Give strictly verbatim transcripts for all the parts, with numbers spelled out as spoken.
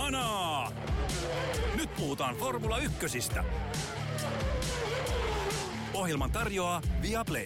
Kanaa! Nyt puhutaan Formula Ykkösistä. Ohjelman tarjoaa Viaplay.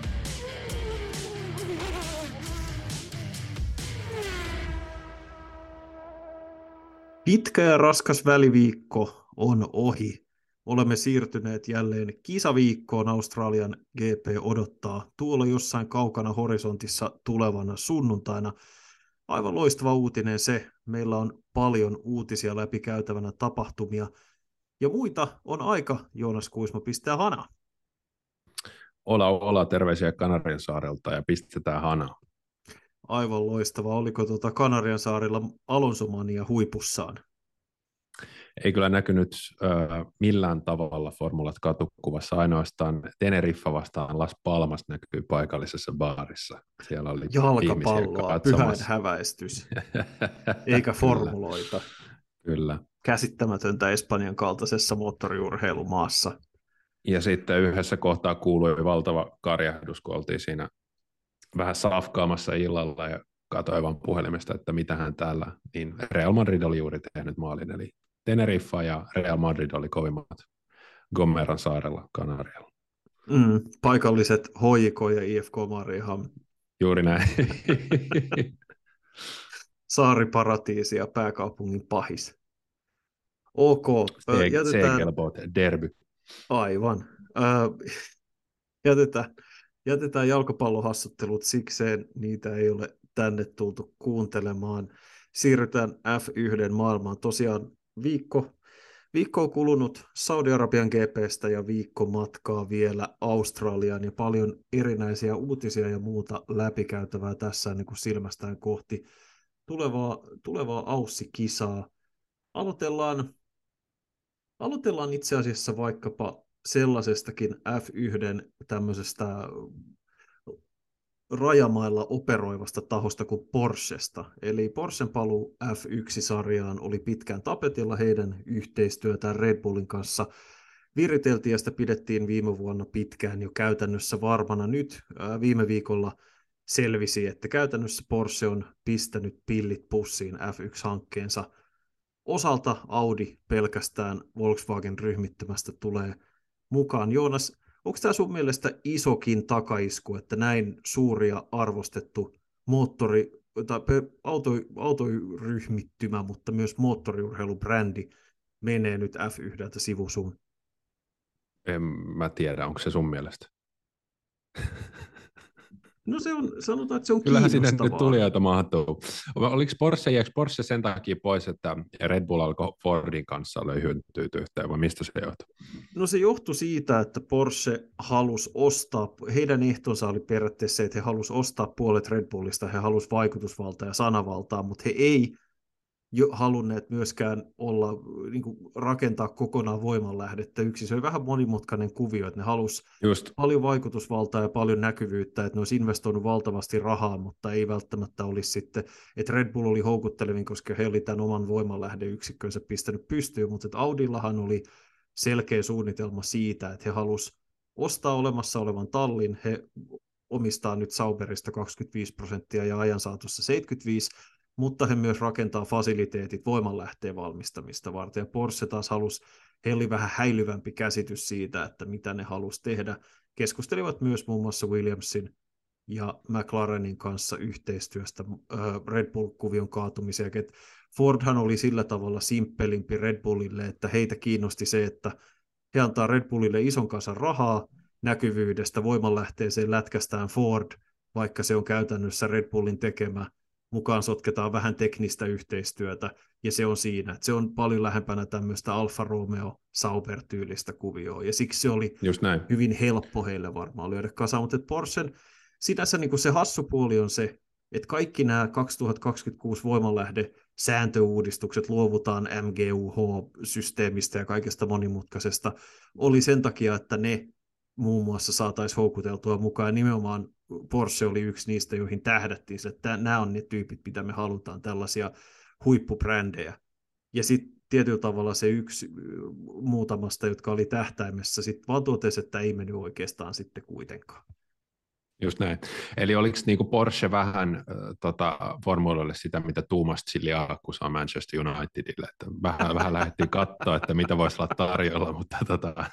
Pitkä ja raskas väliviikko on ohi. Olemme siirtyneet jälleen kisaviikkoon. Australian G P odottaa tuolla jossain kaukana horisontissa tulevana sunnuntaina. Aivan loistava uutinen se. Meillä on paljon uutisia läpikäytävänä, tapahtumia ja muita on aika. Joonas Kuisma pistää hanaa. Ola, ola, terveisiä Kanarian saarelta ja pistetään hanaa. Aivan loistava. Oliko tuota Kanarian saarilla Alonsomania huipussaan? Ei kyllä näkynyt äh, millään tavalla formulat katukuvassa, ainoastaan Teneriffa vastaan Las Palmas näkyy paikallisessa baarissa. Siellä oli jalkapalloa, pyhän häväistys, eikä formuloita. Kyllä. Käsittämätöntä Espanjan kaltaisessa moottoriurheilumaassa. Ja sitten yhdessä kohtaa kuului valtava karjahdus, kun oltiin siinä vähän safkaamassa illalla ja katsoin vaan puhelimesta, että mitähän täällä, niin Real Madrid oli juuri tehnyt maalin, eli Teneriffa ja Real Madrid oli kovimmat Gommeran saarella Kanarialla. Mm, paikalliset H J K ja I F K Mariehamn. Juuri näin. Saariparatiisi ja pääkaupungin pahis. Ok, jätetään... Segelbot, derby. Aivan. Äh, jätetään, jätetään jalkapallohassuttelut sikseen, niitä ei ole tänne tultu kuuntelemaan. Siirrytään F yksi maailmaan. Tosiaan viikko, viikko on kulunut Saudi-Arabian G P:stä ja viikko matkaa vielä Australiaan ja paljon erinäisiä uutisia ja muuta läpikäytävää tässä niin kuin silmästään kohti tulevaa, tulevaa Aussi-kisaa. Aloitellaan, aloitellaan itse asiassa vaikkapa sellaisestakin F yksi tämmöisestä rajamailla operoivasta tahosta kuin Porschesta. Eli Porschen paluu F yksi-sarjaan oli pitkään tapetilla, heidän yhteistyötään Red Bullin kanssa viriteltiin ja sitä pidettiin viime vuonna pitkään jo käytännössä varmana. Nyt ää, viime viikolla selvisi, että käytännössä Porsche on pistänyt pillit pussiin F yksi-hankkeensa osalta. Audi pelkästään Volkswagen-ryhmittymästä tulee mukaan. Joonas, onko tämä sun mielestä isokin takaisku, että näin suuri ja arvostettu moottori, tai auto, autoryhmittymä, mutta myös moottoriurheilubrändi menee nyt F yksi sivusuun? En mä tiedä, onko se sun mielestä? No se on, sanotaan, että se on Kyllähän kiinnostavaa. sinne nyt tulijoita mahtuu. Oliko Porsche, jääkö Porsche sen takia pois, että Red Bull alkoi Fordin kanssa löyhyntyä yhteen, vai mistä se johtui? No se johtui siitä, että Porsche halusi ostaa, heidän ehtonsa oli periaatteessa se, että he halusivat ostaa puolet Red Bullista, he halusivat vaikutusvaltaa ja sanavaltaa, mutta he ei jo halunneet myöskään olla, niin kuin rakentaa kokonaan voimanlähdettä yksin. Se oli vähän monimutkainen kuvio, että ne halusi Just. paljon vaikutusvaltaa ja paljon näkyvyyttä, että ne olisi investoinut valtavasti rahaa, mutta ei välttämättä olisi sitten, että Red Bull oli houkuttelevin, koska he oli tämän oman voimanlähdeyksikkönsä pistänyt pystyyn, mutta että Audillahan oli selkeä suunnitelma siitä, että he halusivat ostaa olemassa olevan tallin, he omistaa nyt Sauberista kaksikymmentäviisi prosenttia ja ajan saatossa seitsemänkymmentäviisi, mutta he myös rakentaa fasiliteetit voimanlähteen valmistamista varten. Ja Porsche taas halusi, heillä oli vähän häilyvämpi käsitys siitä, että mitä ne halusi tehdä. Keskustelivat myös muun muassa Williamsin ja McLarenin kanssa yhteistyöstä Red Bull-kuvion kaatumiseen. Fordhan oli sillä tavalla simppelimpi Red Bullille, että heitä kiinnosti se, että he antaa Red Bullille ison kanssa rahaa näkyvyydestä, voimanlähteeseen lätkästään Ford, vaikka se on käytännössä Red Bullin tekemä, mukaan sotketaan vähän teknistä yhteistyötä, ja se on siinä, että se on paljon lähempänä tämmöistä Alfa Romeo Sauber-tyylistä kuvioa, ja siksi se oli hyvin helppo heille varmaan lyödä kasaan, mutta Porschen sinänsä niin kuin se hassu puoli on se, että kaikki nämä kaksituhattakaksikymmentäkuusi voimanlähde sääntöuudistukset, luovutaan M G U H-systeemistä ja kaikesta monimutkaisesta, oli sen takia, että ne muun muassa saataisiin houkuteltua mukaan, ja nimenomaan Porsche oli yksi niistä, joihin tähdättiin, että nämä on ne tyypit, mitä me halutaan, tällaisia huippubrändejä. Ja sitten tietyllä tavalla se yksi muutamasta, jotka oli tähtäimessä, sitten vaan totesi, että ei mennyt oikeastaan sitten kuitenkaan. Just näin. Eli oliko niinku Porsche vähän äh, tota, formuloille sitä, mitä Tuomas Chiliaku saa Manchester Unitedille, että vähän, vähän lähdettiin katsoa, että mitä voisi olla tarjolla, mutta tota,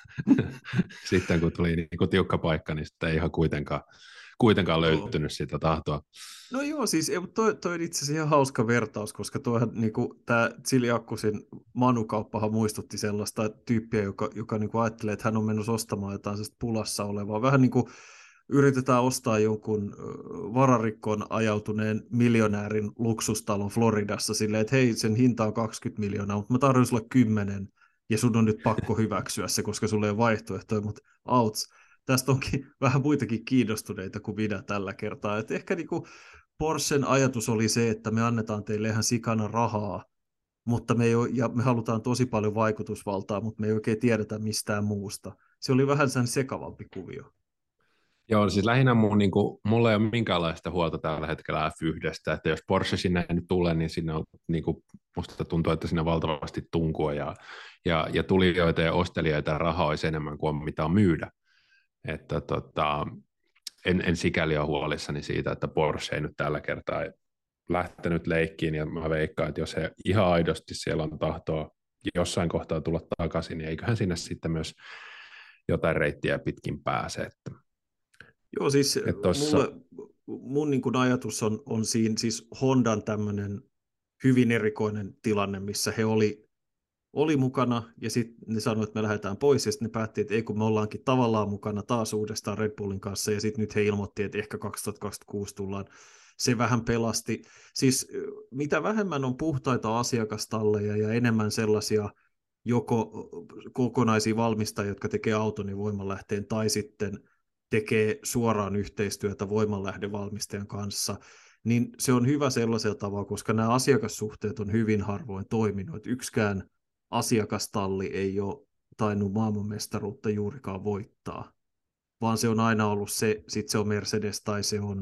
sitten kun tuli niinku tiukka paikka, niin sitten ei ihan kuitenkaan, kuitenkaan löytynyt sitä tahtoa. No joo, siis toi, toi on itse asiassa ihan hauska vertaus, koska tuohan niinku, tämä Chiliakusin Manu-kauppahan muistutti sellaista tyyppiä, joka, joka niinku ajattelee, että hän on mennyt ostamaan jotain pulassa olevaa. Vähän niin kuin yritetään ostaa jonkun vararikkoon ajautuneen miljonäärin luksustalon Floridassa silleen, että hei, sen hinta on kaksikymmentä miljoonaa, mutta mä tarjoan sulle kymmenen, ja sun on nyt pakko hyväksyä se, koska sulla ei ole vaihtoehtoja, mutta outs. Tästä onkin vähän muitakin kiinnostuneita kuin minä tällä kertaa. Et ehkä niinku Porschen ajatus oli se, että me annetaan teille ihan sikana rahaa, mutta me, ei ole, ja me halutaan tosi paljon vaikutusvaltaa, mutta me ei oikein tiedetä mistään muusta. Se oli vähän sen sekavampi kuvio. Joo, siis lähinnä mun, niin kuin, mulla ei ole minkäänlaista huolta tällä hetkellä F yhdestä, että jos Porsche sinne nyt tulee, niin sinne on, niin kuin, musta tuntuu, että siinä valtavasti tunkua ja, ja, ja tulijoita ja ostelijoita ja rahaa olisi enemmän kuin mitä on myydä. Että tota, en, en sikäli ole huolissani siitä, että Porsche ei nyt tällä kertaa lähtenyt leikkiin, ja mä veikkaan, että jos he ihan aidosti siellä on tahtoa jossain kohtaa tulla takaisin, niin eiköhän sinne sitten myös jotain reittiä pitkin pääse. Että Joo, siis tossa... mulle, mun niin kuin ajatus on, on siinä siis Hondan tämmöinen hyvin erikoinen tilanne, missä he oli, oli mukana, ja sitten ne sanoivat, että me lähdetään pois, ja sitten ne päätti, että ei kun me ollaankin tavallaan mukana taas uudestaan Red Bullin kanssa, ja sitten nyt he ilmoitti, että ehkä kaksituhattakaksikymmentäkuusi tullaan. Se vähän pelasti. Siis mitä vähemmän on puhtaita asiakastalleja ja enemmän sellaisia joko kokonaisia valmistajia, jotka tekee auton ja voimanlähteen, tai sitten tekee suoraan yhteistyötä voimanlähdevalmistajan kanssa, niin se on hyvä sellaisella tavalla, koska nämä asiakassuhteet on hyvin harvoin toiminut. Yksikään asiakastalli ei ole tainnut maailmanmestaruutta juurikaan voittaa, vaan se on aina ollut se, sitten se on Mercedes tai se on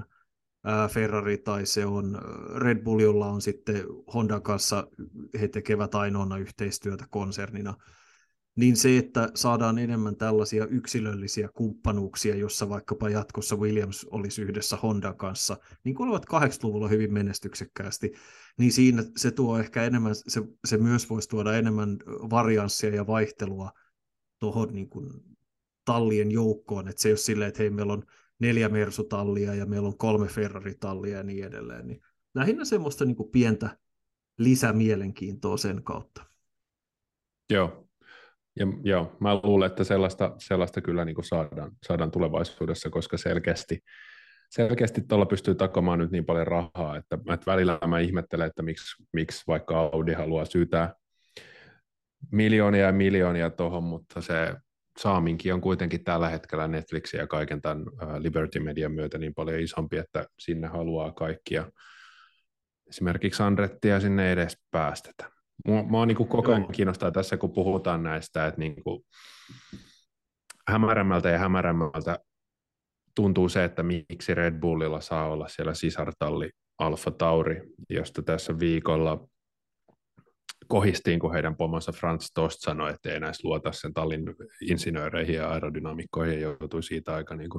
Ferrari tai se on Red Bull, jolla on sitten Hondan kanssa, he tekevät ainoana yhteistyötä konsernina. Niin se, että saadaan enemmän tällaisia yksilöllisiä kumppanuuksia, jossa vaikkapa jatkossa Williams olisi yhdessä Hondan kanssa, niin kuin olivat kahdeksankymmentäluvulla hyvin menestyksekkäästi, niin siinä se tuo ehkä enemmän, se, se myös voisi tuoda enemmän varianssia ja vaihtelua tuohon niin kuin tallien joukkoon, että se ei ole silleen, että hei, meillä on neljä Mersu-tallia ja meillä on kolme Ferrari-tallia ja niin edelleen, niin lähinnä semmoista niin kuin pientä lisämielenkiintoa sen kautta. Joo. Ja, joo, mä luulen, että sellaista, sellaista kyllä niin kuin saadaan, saadaan tulevaisuudessa, koska selkeästi, selkeästi tuolla pystyy takomaan nyt niin paljon rahaa, että, että välillä mä ihmettelen, että miksi, miksi vaikka Audi haluaa syytää miljoonia ja miljoonia tuohon, mutta se saaminkin on kuitenkin tällä hetkellä Netflixin ja kaiken tämän Liberty Median myötä niin paljon isompi, että sinne haluaa kaikkia esimerkiksi Andrettia sinne edes päästetä. Mua, mua niin kuin koko ajan kiinnostaa tässä, kun puhutaan näistä, että niin kuin hämärämmältä ja hämärämmältä tuntuu se, että miksi Red Bullilla saa olla siellä sisartalli Alfa Tauri, josta tässä viikolla kohistiin, kun heidän pomonsa Franz Tost sanoi, että ei näistä luota sen tallin insinööreihin ja aerodynamikkoihin, ja joutui siitä aika niin kuin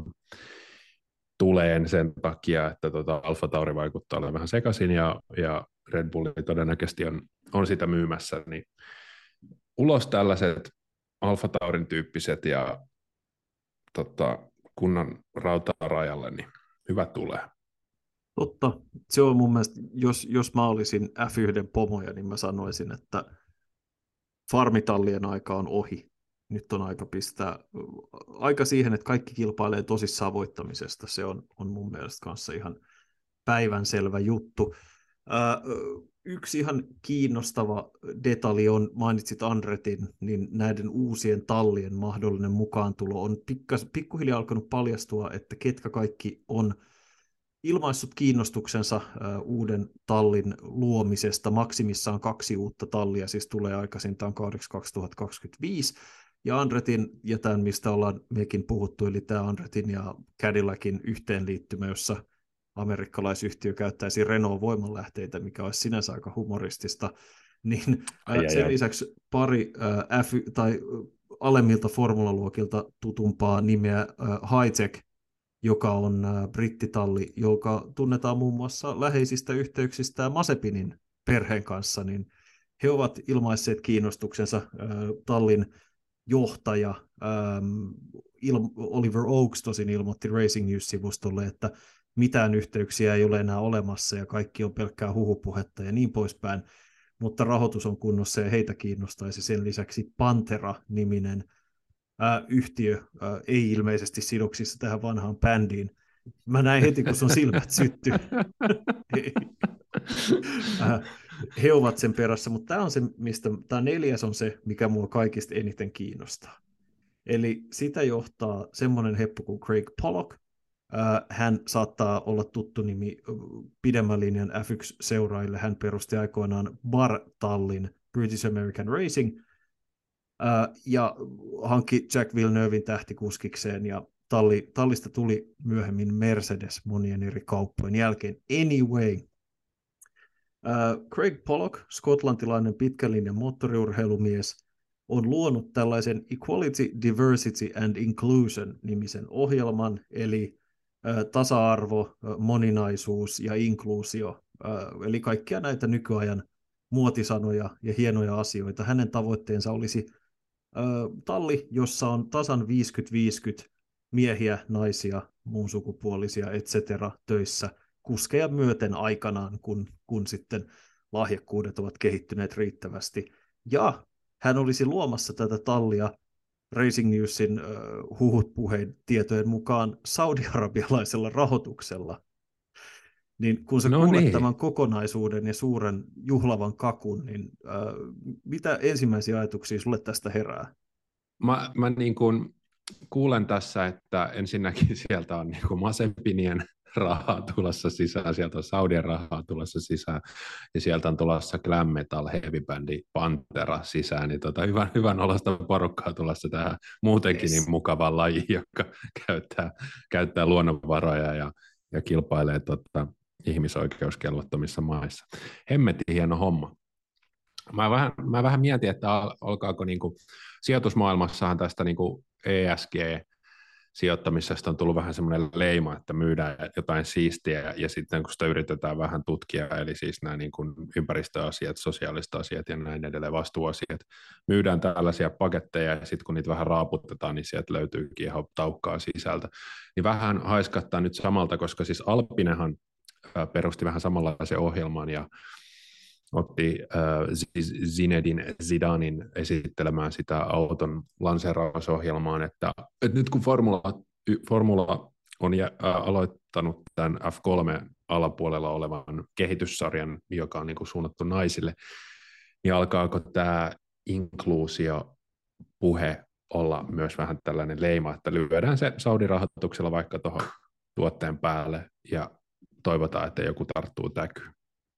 tuleen sen takia, että tota Alfa Tauri vaikuttaa olevan vähän sekaisin, ja, ja Red Bull todennäköisesti on, on sitä myymässä, niin ulos tällaiset Alfa Taurin tyyppiset ja tota, kunnan rautaa rajalle, niin hyvä tulee. Totta. Se on mun mielestä, jos, jos mä olisin F yksi pomoja, niin mä sanoisin, että farmitallien aika on ohi. Nyt on aika pistää aika siihen, että kaikki kilpailee tosissaan voittamisesta. Se on, on mun mielestä kanssa ihan päivänselvä juttu. Ää, yksi ihan kiinnostava detalji on, mainitsit Andretin, niin näiden uusien tallien mahdollinen mukaantulo on pikkas, pikkuhiljaa alkanut paljastua, että ketkä kaikki on ilmaissut kiinnostuksensa äh, uuden tallin luomisesta. Maksimissaan kaksi uutta tallia, siis tulee aikaisintaan kaudeksi kaksituhattakaksikymmentäviisi. Ja Andretin, ja tämän mistä ollaan mekin puhuttu, eli tämä Andretin ja Cadillacin yhteenliittymä, jossa amerikkalaisyhtiö käyttäisi Renault-voimanlähteitä, mikä olisi sinänsä aika humoristista, niin ai, ai, sen ai. lisäksi pari äh, F- tai alemmilta formulaluokilta tutumpaa nimeä äh, Hightech joka on brittitalli, joka tunnetaan muun muassa läheisistä yhteyksistä Mazepinin perheen kanssa, niin he ovat ilmaisseet kiinnostuksensa. Tallin johtaja Oliver Oakes tosin ilmoitti Racing News-sivustolle, että mitään yhteyksiä ei ole enää olemassa ja kaikki on pelkkää huhupuhetta ja niin poispäin, mutta rahoitus on kunnossa ja heitä kiinnostaisi sen lisäksi Pantera-niminen ää, yhtiö, ää, ei ilmeisesti sidoksissa tähän vanhaan bändiin. Mä näin heti, kun sun silmät syttyi. He ovat sen perässä, mutta tämä on se, mistä tämä neljäs on se, mikä mua kaikista eniten kiinnostaa. Eli sitä johtaa semmoinen heppu kuin Craig Pollock. Hän saattaa olla tuttu nimi pidemmän linjan F yksi -seuraille. Hän perusti aikoinaan Bar-tallin British American Racing ja hankki Jack Villeneuvein tähtikuskikseen ja talli, tallista tuli myöhemmin Mercedes monien eri kauppojen jälkeen. Anyway, uh, Craig Pollock, skotlantilainen pitkän linjan moottoriurheilumies, on luonut tällaisen Equality, Diversity and Inclusion-nimisen ohjelman, eli uh, tasa-arvo, uh, moninaisuus ja inkluusio, uh, eli kaikkia näitä nykyajan muotisanoja ja hienoja asioita. Hänen tavoitteensa olisi uh, talli, jossa on tasan viisikymmentä viisikymmentä miehiä, naisia, muun sukupuolisia, et cetera töissä kuskeja myöten aikanaan, kun, kun sitten lahjakkuudet ovat kehittyneet riittävästi. Ja hän olisi luomassa tätä tallia Racing Newsin uh, huhut puheen tietojen mukaan saudi-arabialaisella rahoituksella. Niin kun sä no kuulet niin. tämän kokonaisuuden ja suuren juhlavan kakun, niin uh, mitä ensimmäisiä ajatuksia sulle tästä herää? Mä, mä niin kuin kuulen tässä, että ensinnäkin sieltä on niin kuin Mazepinien rahaa tulossa sisään, sieltä on Saudien rahaa tulossa sisään, ja sieltä on tulossa glam metal heavy bändi Pantera sisään, niin tota, hyvän, hyvän olosta porukkaa tulossa tähän muutenkin yes. niin mukavaan lajiin, joka käyttää, käyttää luonnonvaroja ja, ja kilpailee tota, ihmisoikeuskelvottomissa maissa. Hemmetin hieno homma. Mä vähän, mä vähän mietin, että alkaako niinku, sijoitusmaailmassahan tästä niinku E S G-sijoittamisesta on tullut vähän semmoinen leima, että myydään jotain siistiä ja, ja sitten kun sitä yritetään vähän tutkia, eli siis nämä niin kuin ympäristöasiat, sosiaaliset asiat ja näin edelleen vastuuasiat, myydään tällaisia paketteja ja sitten kun niitä vähän raaputetaan, niin sieltä löytyykin ihan taukkaa sisältä. Niin vähän haiskattaa nyt samalta, koska siis Alppinehan perusti vähän samanlaisen ohjelman ja otti äh, Zinedine Zidanin esittelemään sitä auton lanseerausohjelmaan, että, että nyt kun Formula, Formula on jä, äh, aloittanut tämän F kolme alapuolella olevan kehityssarjan, joka on niin kuin suunnattu naisille, niin alkaako tämä inkluusio-puhe olla myös vähän tällainen leima, että lyödään se Saudi-rahoituksella vaikka tuohon tuotteen päälle ja toivotaan, että joku tarttuu täkyyn.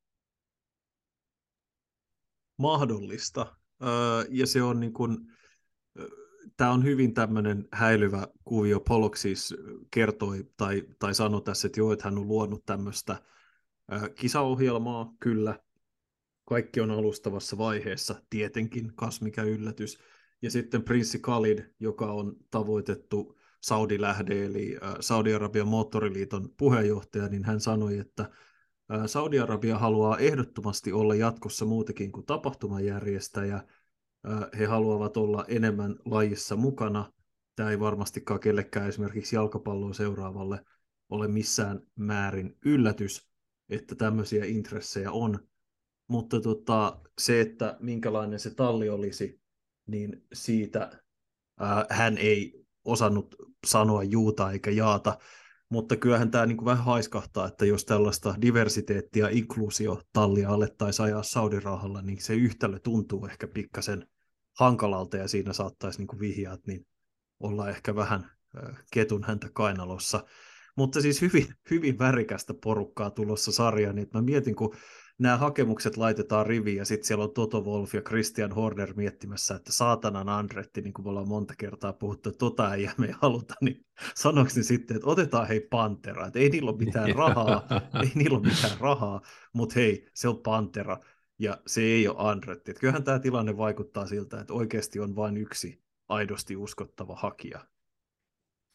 Mahdollista. Ja se on niin kuin, tämä on hyvin tämmöinen häilyvä kuvio. Pollock siis kertoi tai, tai sanoi tässä, että joo, että hän on luonut tämmöistä kisaohjelmaa, kyllä. Kaikki on alustavassa vaiheessa, tietenkin, kas mikä yllätys. Ja sitten prinssi Khalid, joka on tavoitettu Saudi-lähde, eli Saudi-Arabian moottoriliiton puheenjohtaja, niin hän sanoi, että Saudi-Arabia haluaa ehdottomasti olla jatkossa muutakin kuin tapahtumajärjestäjä. He haluavat olla enemmän lajissa mukana. Tämä ei varmastikaan kellekään esimerkiksi jalkapalloa seuraavalle ole missään määrin yllätys, että tämmöisiä intressejä on. Mutta tota, se, että minkälainen se talli olisi, niin siitä ää, hän ei osannut sanoa juuta eikä jaata. Mutta kyllähän tämä niin vähän haiskahtaa, että jos tällaista diversiteettia ja inkluusiotallia alettaisiin ajaa Saudi-rahalla, niin se yhtälö tuntuu ehkä pikkasen hankalalta ja siinä saattaisi niin vihjaat niin olla ehkä vähän ketun häntä kainalossa. Mutta siis hyvin, hyvin värikästä porukkaa tulossa sarjaan, niin mä mietin, kun nämä hakemukset laitetaan riviin ja sitten siellä on Toto Wolff ja Christian Horner miettimässä, että saatanan Andretti, niin kuin me ollaan monta kertaa puhuttu, että tota ei me ei haluta, niin sanoiko ne sitten, että otetaan hei Pantera, että ei niillä ole mitään rahaa, ei niillä ole mitään rahaa, mutta hei, se on Pantera ja se ei ole Andretti. Että kyllähän tämä tilanne vaikuttaa siltä, että oikeasti on vain yksi aidosti uskottava hakija.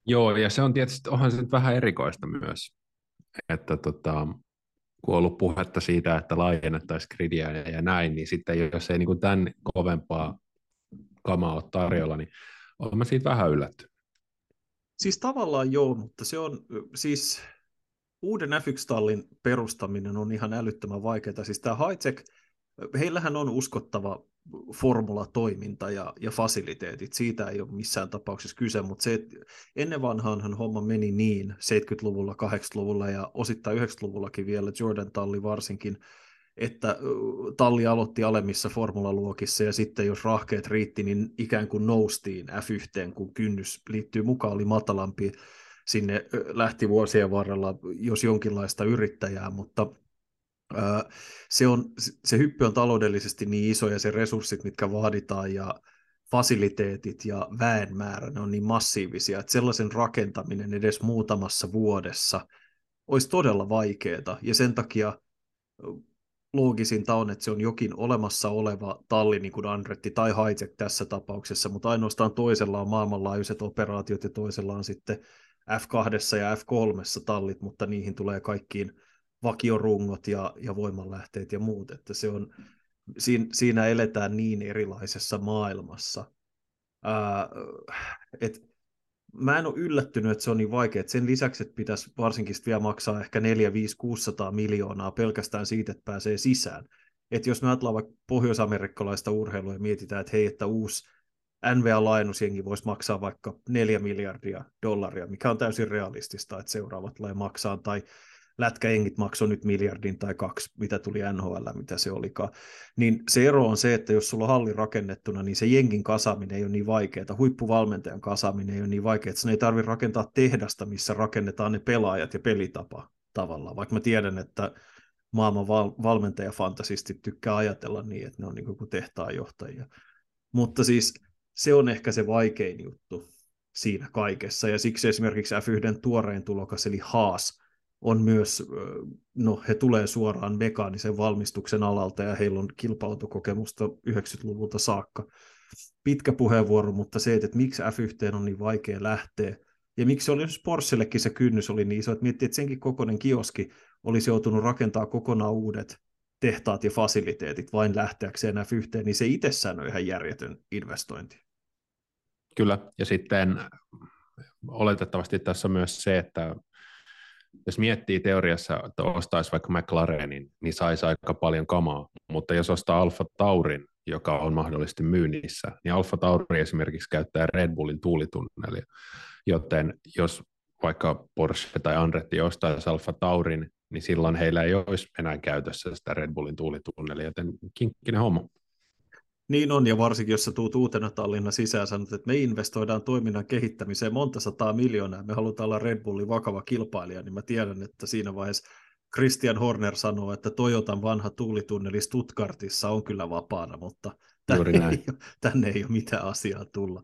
Joo, ja se on tietysti, onhan se nyt vähän erikoista myös, että tota, kun on ollut puhetta siitä, että laajennettaisiin gridiä ja, ja näin, niin sitten jos ei niin kuin tämän kovempaa kamaa ole tarjolla, niin olen mä siitä vähän yllätty. Siis tavallaan joo, mutta se on siis uuden F yksi-tallin perustaminen on ihan älyttömän vaikeaa. Siis tämä Hitech, heillähän on uskottava formulatoiminta ja, ja fasiliteetit, siitä ei ole missään tapauksessa kyse, mutta se, että ennen vanhaanhan homma meni niin seitsemänkymmentäluvulla, kahdeksankymmentäluvulla ja osittain yhdeksänkymmentäluvullakin vielä Jordan-talli varsinkin, että talli aloitti alemmissa formulaluokissa ja sitten jos rahkeet riitti, niin ikään kuin noustiin F yksi, kun kynnys liittyy mukaan, oli matalampi. Sinne lähti vuosien varrella, jos jonkinlaista yrittäjää, mutta se, on, se hyppy on taloudellisesti niin iso ja se resurssit, mitkä vaaditaan ja fasiliteetit ja väenmäärä, ne on niin massiivisia, että sellaisen rakentaminen edes muutamassa vuodessa olisi todella vaikeaa ja sen takia loogisinta on, että se on jokin olemassa oleva talli, niin kuin Andretti tai Hitech tässä tapauksessa, mutta ainoastaan toisella on maailmanlaajuiset operaatiot ja toisella on sitten F kaksi ja F kolme tallit, mutta niihin tulee kaikkiin vakiorungot ja, ja voimanlähteet ja muut, että se on, siinä, siinä eletään niin erilaisessa maailmassa. Ää, et, mä en ole yllättynyt, että se on niin vaikea, että sen lisäksi, että pitäisi varsinkin vielä maksaa ehkä neljä, viisi, kuusisataa miljoonaa pelkästään siitä, että pääsee sisään. Että jos me ajatellaan vaikka pohjois-amerikkalaista urheilua ja mietitään, että hei, että uusi N B A-laajennusjengi voisi maksaa vaikka neljä miljardia dollaria, mikä on täysin realistista, että seuraavat tulee maksaa, tai lätkäjengit maksoi nyt miljardin tai kaksi, mitä tuli N H L, mitä se olikaan. Niin se ero on se, että jos sulla on halli rakennettuna, niin se jengin kasaaminen ei ole niin vaikeaa, huippuvalmentajan kasaaminen ei ole niin vaikeaa, että sun ei tarvitse rakentaa tehdasta, missä rakennetaan ne pelaajat ja pelitapa tavallaan, vaikka mä tiedän, että maailman val- valmentajafantasistit tykkää ajatella niin, että ne on niin kuin tehtaanjohtajia. Mutta siis se on ehkä se vaikein juttu siinä kaikessa, ja siksi esimerkiksi F yksi tuorein tulokas, eli Haas, on myös, no he tulee suoraan mekaanisen valmistuksen alalta, ja heillä on kilpailukokemusta yhdeksänkymmentäluvulta saakka. Pitkä puheenvuoro, mutta se, että miksi F yksi on niin vaikea lähteä, ja miksi oli Porschellekin se kynnys oli niin iso, että miettii, että senkin kokoinen kioski olisi joutunut rakentaa kokonaan uudet tehtaat ja fasiliteetit vain lähteäkseen F yksi, niin se itsessään on ihan järjetön investointi. Kyllä, ja sitten oletettavasti tässä on myös se, että jos miettii teoriassa, että ostaisi vaikka McLarenin, niin saisi aika paljon kamaa, mutta jos ostaa Alfa Taurin, joka on mahdollisesti myynnissä, niin Alfa Tauri esimerkiksi käyttää Red Bullin tuulitunnelia, joten jos vaikka Porsche tai Andretti ostaisi Alfa Taurin, niin silloin heillä ei olisi enää käytössä sitä Red Bullin tuulitunnelia, joten kinkkinen homma. Niin on, ja varsinkin jos sä tuut uutena tallina sisään sanot, että me investoidaan toiminnan kehittämiseen monta sataa miljoonaa, me halutaan olla Red Bullin vakava kilpailija, niin mä tiedän, että siinä vaiheessa Christian Horner sanoo, että Toyotan vanha tuulitunneli Stuttgartissa on kyllä vapaana, mutta tänne ei, ole, tänne ei ole mitään asiaa tulla.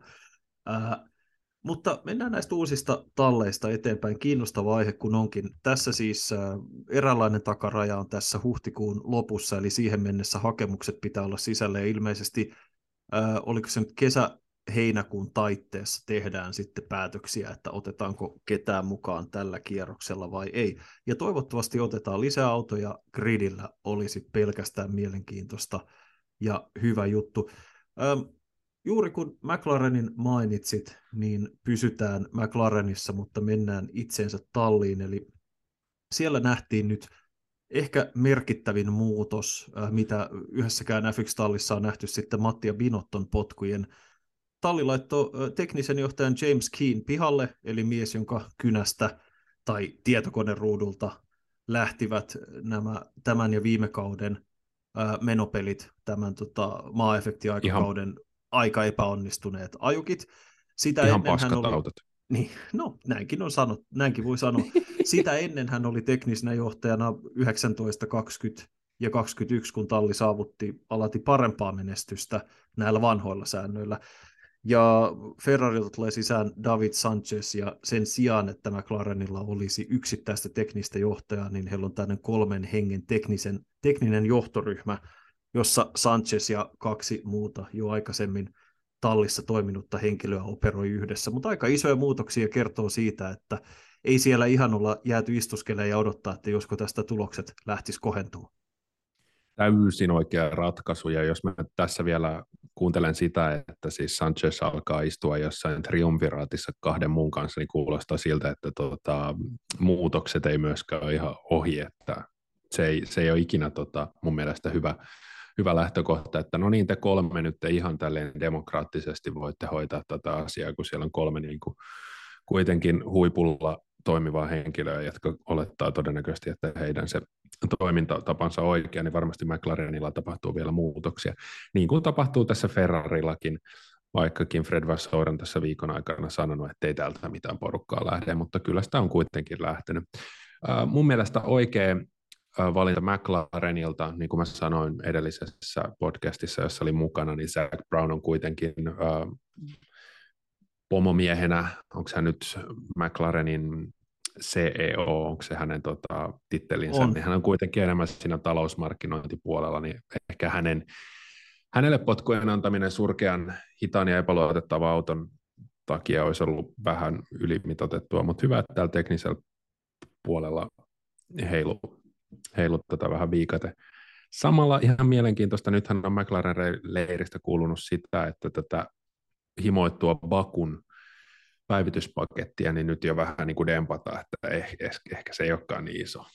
Ää, mutta mennään näistä uusista talleista eteenpäin. Kiinnostava aihe kun onkin. Tässä siis äh, eräänlainen takaraja on tässä huhtikuun lopussa, eli siihen mennessä hakemukset pitää olla sisällä, ja ilmeisesti, äh, oliko se nyt kesä-heinäkuun taitteessa tehdään sitten päätöksiä, että otetaanko ketään mukaan tällä kierroksella vai ei. Ja toivottavasti otetaan lisää autoja gridillä, olisi pelkästään mielenkiintoista ja hyvä juttu. Ähm, Juuri kun McLarenin mainitsit, niin pysytään McLarenissa, mutta mennään itseensä talliin. Eli siellä nähtiin nyt ehkä merkittävin muutos, mitä yhdessäkään F yksi -tallissa on nähty sitten Mattia Binotton potkujen. Talli laittoi teknisen johtajan James Keen pihalle, eli mies, jonka kynästä tai tietokoneruudulta lähtivät nämä tämän ja viime kauden menopelit, tämän tota, maa-efektiaikakauden Ihan. aika epäonnistuneet ajukit. Sitä Ihan ennen paskat hän oli, autot. Niin, no näinkin on sanottu, näinkin voi sanoa. Sitä ennen hän oli teknisenä johtajana yhdeksäntoista, kaksikymmentä ja kaksikymmentäyksi, kun talli saavutti alati parempaa menestystä näillä vanhoilla säännöillä. Ja Ferrarilta tulee sisään David Sanchez, ja sen sijaan, että McLarenilla olisi yksittäistä teknistä johtajaa, niin heillä on tämmöinen kolmen hengen teknisen, tekninen johtoryhmä, jossa Sanchez ja kaksi muuta jo aikaisemmin tallissa toiminutta henkilöä operoi yhdessä, mutta aika isoja muutoksia kertoo siitä, että ei siellä ihan olla jääty istuskelemaan ja odottaa, että josko tästä tulokset lähtisi kohentumaan. Täysin oikea ratkaisu, ja jos mä tässä vielä kuuntelen sitä, että siis Sanchez alkaa istua jossain triumviraatissa kahden muun kanssa, niin kuulostaa siltä, että tota, muutokset ei myöskään ole ihan ohi, että se ei, se ei ole ikinä tota, mun mielestä hyvä, hyvä lähtökohta, että no niin, te kolme nyt te ihan tälleen demokraattisesti voitte hoitaa tätä asiaa, kun siellä on kolme niin kuin kuitenkin huipulla toimivaa henkilöä, jotka olettaa todennäköisesti, että heidän se toimintatapansa oikea, niin varmasti McLarenilla tapahtuu vielä muutoksia. Niin kuin tapahtuu tässä Ferrarillakin, vaikkakin Fred Vasseur on tässä viikon aikana sanonut, että ei täältä mitään porukkaa lähde, mutta kyllä sitä on kuitenkin lähtenyt. Uh, mun mielestä oikea uh, valinta McLarenilta, niin kuin mä sanoin edellisessä podcastissa, jossa oli mukana, niin Zach Brown on kuitenkin uh, pomomiehenä, onko hän nyt McLarenin C E O, onko se hänen tota, tittelinsä, on. Niin hän on kuitenkin enemmän siinä talousmarkkinointipuolella, niin ehkä hänen, hänelle potkujen antaminen surkean, hitaan ja epäluotettavan auton takia olisi ollut vähän ylimitoitettua, mutta hyvä, että täällä teknisellä puolella heilu, heilu tätä vähän viikate. Samalla ihan mielenkiintoista, nythän on McLaren-leiristä kuulunut sitä, että tätä himoittua Bakun päivityspakettia, niin nyt jo vähän niin kuin dempata, että ehkä, ehkä se ei olekaan niin iso.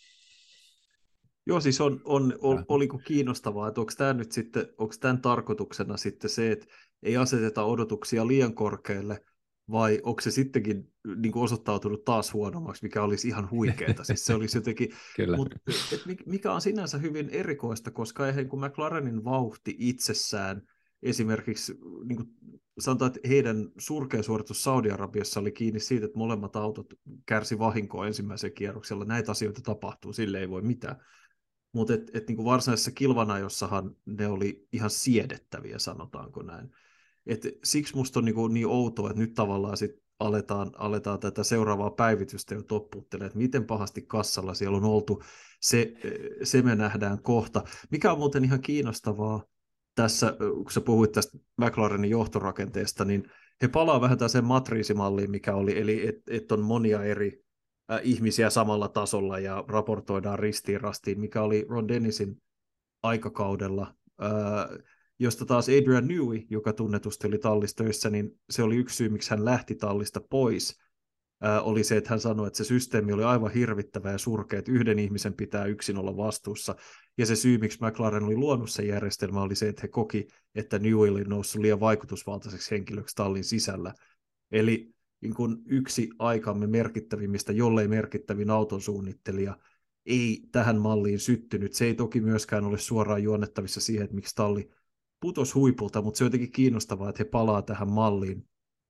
Joo, siis on, on, on, oliko kiinnostavaa, että onko tämä nyt sitten, onko tämän tarkoituksena sitten se, että ei aseteta odotuksia liian korkealle, vai onko se sittenkin niin kuin osoittautunut taas huonommaksi, mikä olisi ihan huikeeta. Siis se olisi jotenkin, mutta et mikä on sinänsä hyvin erikoista, koska eihän kun McLarenin vauhti itsessään, esimerkiksi niin kuin sanotaan, että heidän surkea suoritus Saudi-Arabiassa oli kiinni siitä, että molemmat autot kärsi vahinkoa ensimmäisellä kierroksella. Näitä asioita tapahtuu, sille ei voi mitään. Mutta et, et niin varsinaisessa kilvanajossahan ne oli ihan siedettäviä, sanotaanko näin. Et siksi musta on niin, niin outoa, että nyt tavallaan sit aletaan, aletaan tätä seuraavaa päivitystä jo toppuuttelemaan, että miten pahasti kassalla siellä on oltu. Se, se me nähdään kohta. Mikä on muuten ihan kiinnostavaa, tässä, kun sä puhuit tästä McLarenin johtorakenteesta, niin he palaa vähän tällaiseen matriisimalliin, mikä oli, eli että et on monia eri äh, ihmisiä samalla tasolla ja raportoidaan ristiin rastiin, mikä oli Ron Dennisin aikakaudella, äh, josta taas Adrian Newey, joka tunnetusti oli tallistöissä, niin se oli yksi syy, miksi hän lähti tallista pois, äh, oli se, että hän sanoi, että se systeemi oli aivan hirvittävä ja surkea, että yhden ihmisen pitää yksin olla vastuussa. Ja se syy, miksi McLaren oli luonut sen järjestelmä, oli se, että he koki, että Newey oli noussut liian vaikutusvaltaiseksi henkilöksi tallin sisällä. Eli niin kun yksi aikamme merkittävimmistä, jollei merkittävin auton suunnittelija, ei tähän malliin syttynyt. Se ei toki myöskään ole suoraan juonnettavissa siihen, että miksi talli putosi huipulta, mutta se on jotenkin kiinnostavaa, että he palaa tähän malliin.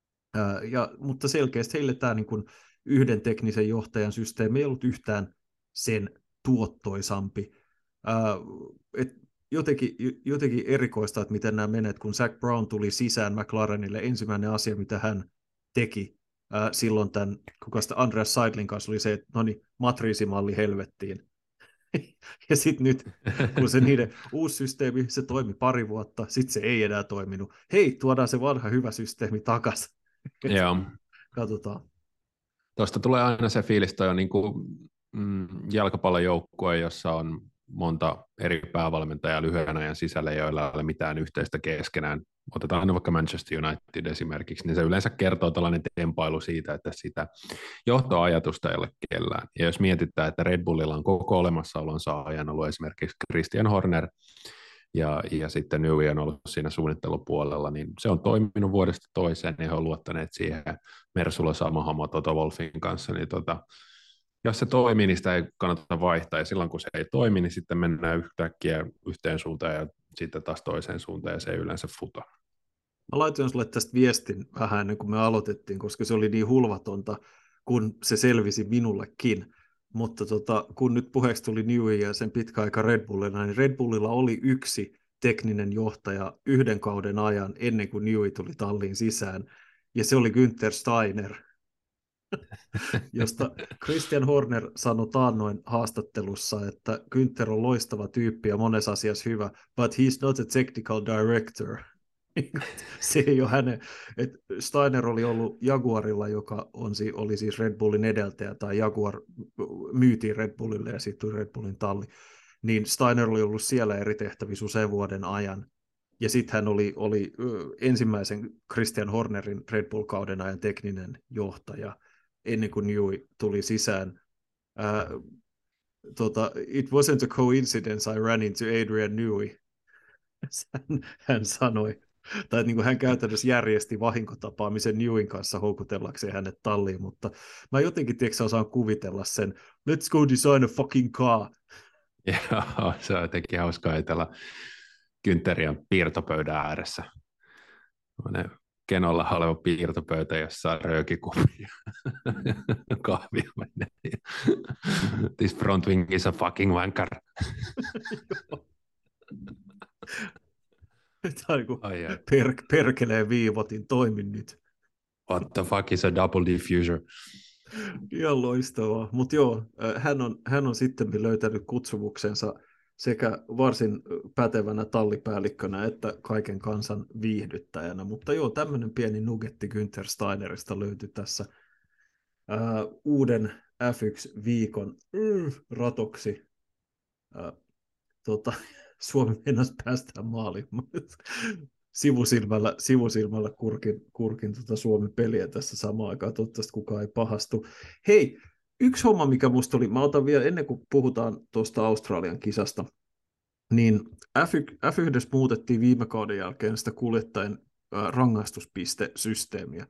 Ää, ja, mutta selkeästi heille tämä niin kun yhden teknisen johtajan systeemi ei ollut yhtään sen tuottoisampi. Uh, et jotenkin, jotenkin erikoista, että miten nämä menet, kun Zach Brown tuli sisään McLarenille, ensimmäinen asia, mitä hän teki uh, silloin tämän, kuka sitä Andreas Seidlin kanssa oli se, että no niin, matriisimalli helvettiin. Ja sitten nyt, kun se niiden uusi systeemi, se toimi pari vuotta, sitten se ei enää toiminut. Hei, tuodaan se vanha hyvä systeemi takaisin. Joo. Katsotaan. Tuosta tulee aina se fiilis, toi on niin kuin mm, jalkapallojoukkue, jossa on monta eri päävalmentajaa lyhyen ajan sisällä, joilla ei ole mitään yhteistä keskenään. Otetaan aina vaikka Manchester United esimerkiksi, niin se yleensä kertoo tällainen tempailu siitä, että sitä johtoajatusta ei ole kellään. Ja jos mietitään, että Red Bullilla on koko olemassaolonsa ajan ollut esimerkiksi Christian Horner, ja, ja sitten Newey on ollut siinä suunnittelupuolella, niin se on toiminut vuodesta toiseen, ja he on luottaneet siihen Mersulla sama homma Toto Wolffin kanssa, niin tota, jos se toimii, niin sitä ei kannata vaihtaa, ja silloin kun se ei toimi, niin sitten mennään yhtäkkiä yhteen suuntaan ja sitten taas toiseen suuntaan, ja se ei yleensä futa. Mä laitoin sulle tästä viestin vähän ennen kuin me aloitettiin, koska se oli niin hulvatonta, kun se selvisi minullekin. Mutta tota, kun nyt puheeksi tuli Newey ja sen pitkä aika Red Bullilla, niin Red Bullilla oli yksi tekninen johtaja yhden kauden ajan ennen kuin Newey tuli talliin sisään, ja se oli Günther Steiner, josta Christian Horner sanoi taannoin haastattelussa, että Günther on loistava tyyppi ja monessa asiassa hyvä, but he's not a technical director. Se ei ole hänen. Et Steiner oli ollut Jaguarilla, joka on, oli siis Red Bullin edeltäjä, tai Jaguar myytiin Red Bullille ja sitten tuli Red Bullin talli. Niin Steiner oli ollut siellä eri tehtävissä usean vuoden ajan. Ja sitten hän oli, oli ensimmäisen Christian Hornerin Red Bull-kauden ajan tekninen johtaja, ennen kuin Newey tuli sisään. Uh, tota, It wasn't a coincidence I ran into Adrian Newey, hän, hän sanoi. Tai niin kuin hän käytännössä järjesti vahinkotapaamisen Neweyn kanssa houkutellakseen hänet talliin, mutta mä jotenkin tiedätkö, osaan kuvitella sen, let's go design a fucking car. Joo, se on jotenkin hauskaa ajatella Güntherian piirtopöydän ääressä. Kenolla oleva piirtopöytä, jossa on röökikuppi ja kahvia menee. This front wing is a fucking wanker. Tämä on kuin per, perkeleen viivotin, toimin nyt. What the fuck is a double diffuser? Ihan loistavaa, mutta joo, hän on, hän on sitten löytänyt kutsumuksensa sekä varsin pätevänä tallipäällikkönä että kaiken kansan viihdyttäjänä, mutta joo, tämmöinen pieni nugetti Günther Steinerista löytyi tässä ää, uuden F yksi viikon mm, ratoksi. Ää, tota, Suomi meinasi päästään maaliin. Sivusilmällä, sivusilmällä kurkin, kurkin tota Suomen peliä tässä samaan aikaan, toivottavasti kukaan ei pahastu. Hei, yksi homma, mikä musta oli, mä otan vielä ennen kuin puhutaan tuosta Australian kisasta, niin F yksi muutettiin viime kauden jälkeen sitä kuljettajien rangaistuspistesysteemiä.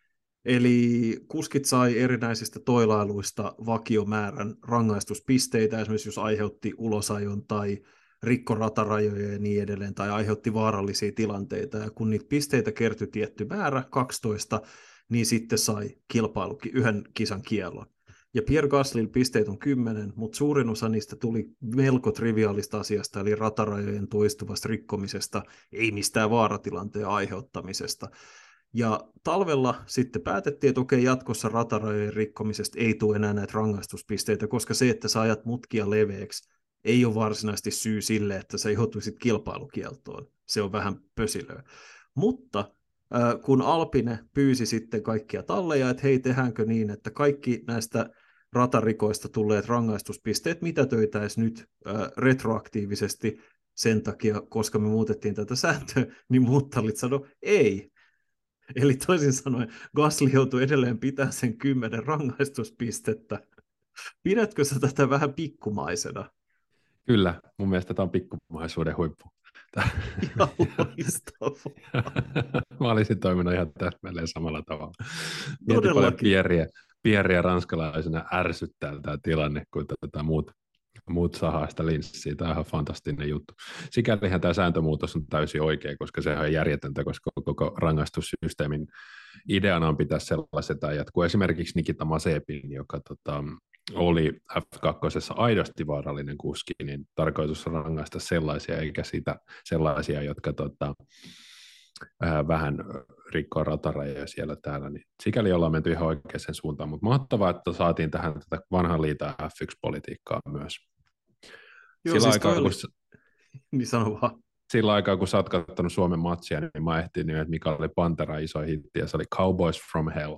Eli kuskit sai erinäisistä toilailuista vakiomäärän rangaistuspisteitä, esimerkiksi jos aiheutti ulosajon tai rikko ratarajoja ja niin edelleen, tai aiheutti vaarallisia tilanteita, ja kun niitä pisteitä kertyi tietty määrä, kaksitoista, niin sitten sai kilpailu yhden kisan kiellon. Ja Pierre Gaslyn pisteet on kymmenen, mutta suurin osa niistä tuli melko triviaalista asiasta, eli ratarajojen toistuvasta rikkomisesta, ei mistään vaaratilanteen aiheuttamisesta. Ja talvella sitten päätettiin, että okei, jatkossa ratarajojen rikkomisesta ei tule enää näitä rangaistuspisteitä, koska se, että sä ajat mutkia leveäksi, ei ole varsinaisesti syy sille, että sä joutuisit kilpailukieltoon. Se on vähän pösilöä. Mutta äh, kun Alpine pyysi sitten kaikkia talleja, että hei, tehdäänkö niin, että kaikki näistä ratarikoista tulleet rangaistuspisteet mitätöitäisiin nyt äh, retroaktiivisesti sen takia, koska me muutettiin tätä sääntöä, niin muut tallit sanoi ei. Eli toisin sanoen Gasly joutui edelleen pitämään sen kymmenen rangaistuspistettä. Pidätkö sä tätä vähän pikkumaisena? Kyllä, mun mielestä tämä on pikkumaisuuden huippu. Ihan loistavaa. Mä olisin toiminut ihan täsmälleen samalla tavalla. Mietin paljon Pierriä, Pierriä ranskalaisena ärsyttää tämä tilanne, kun tätä muut, muut sahaa sitä linssiä. Tämä on ihan fantastinen juttu. Sikälihän tämä sääntömuutos on täysin oikea, koska se on järjetöntä, koska koko rangaistussysteemin ideana on pitää sellaiset ajat, kuin esimerkiksi Nikita Mazepin, joka tota, oli F kaksi aidosti vaarallinen kuski, niin tarkoitus rangaista sellaisia, eikä sitä sellaisia, jotka tota, äh, vähän rikkoo ratarajoja siellä täällä. Niin sikäli ollaan menty ihan oikeaan suuntaan, mutta mahtavaa, että saatiin tähän tätä vanhan liiton F yksi-politiikkaa myös. Joo, sillä, siis aikaa, oli... kun... niin sano vaan. Sillä aikaa, kun sä oot katsonut Suomen matsia, niin mä ehtin, että mikä oli Pantera iso hitti, ja se oli Cowboys from Hell.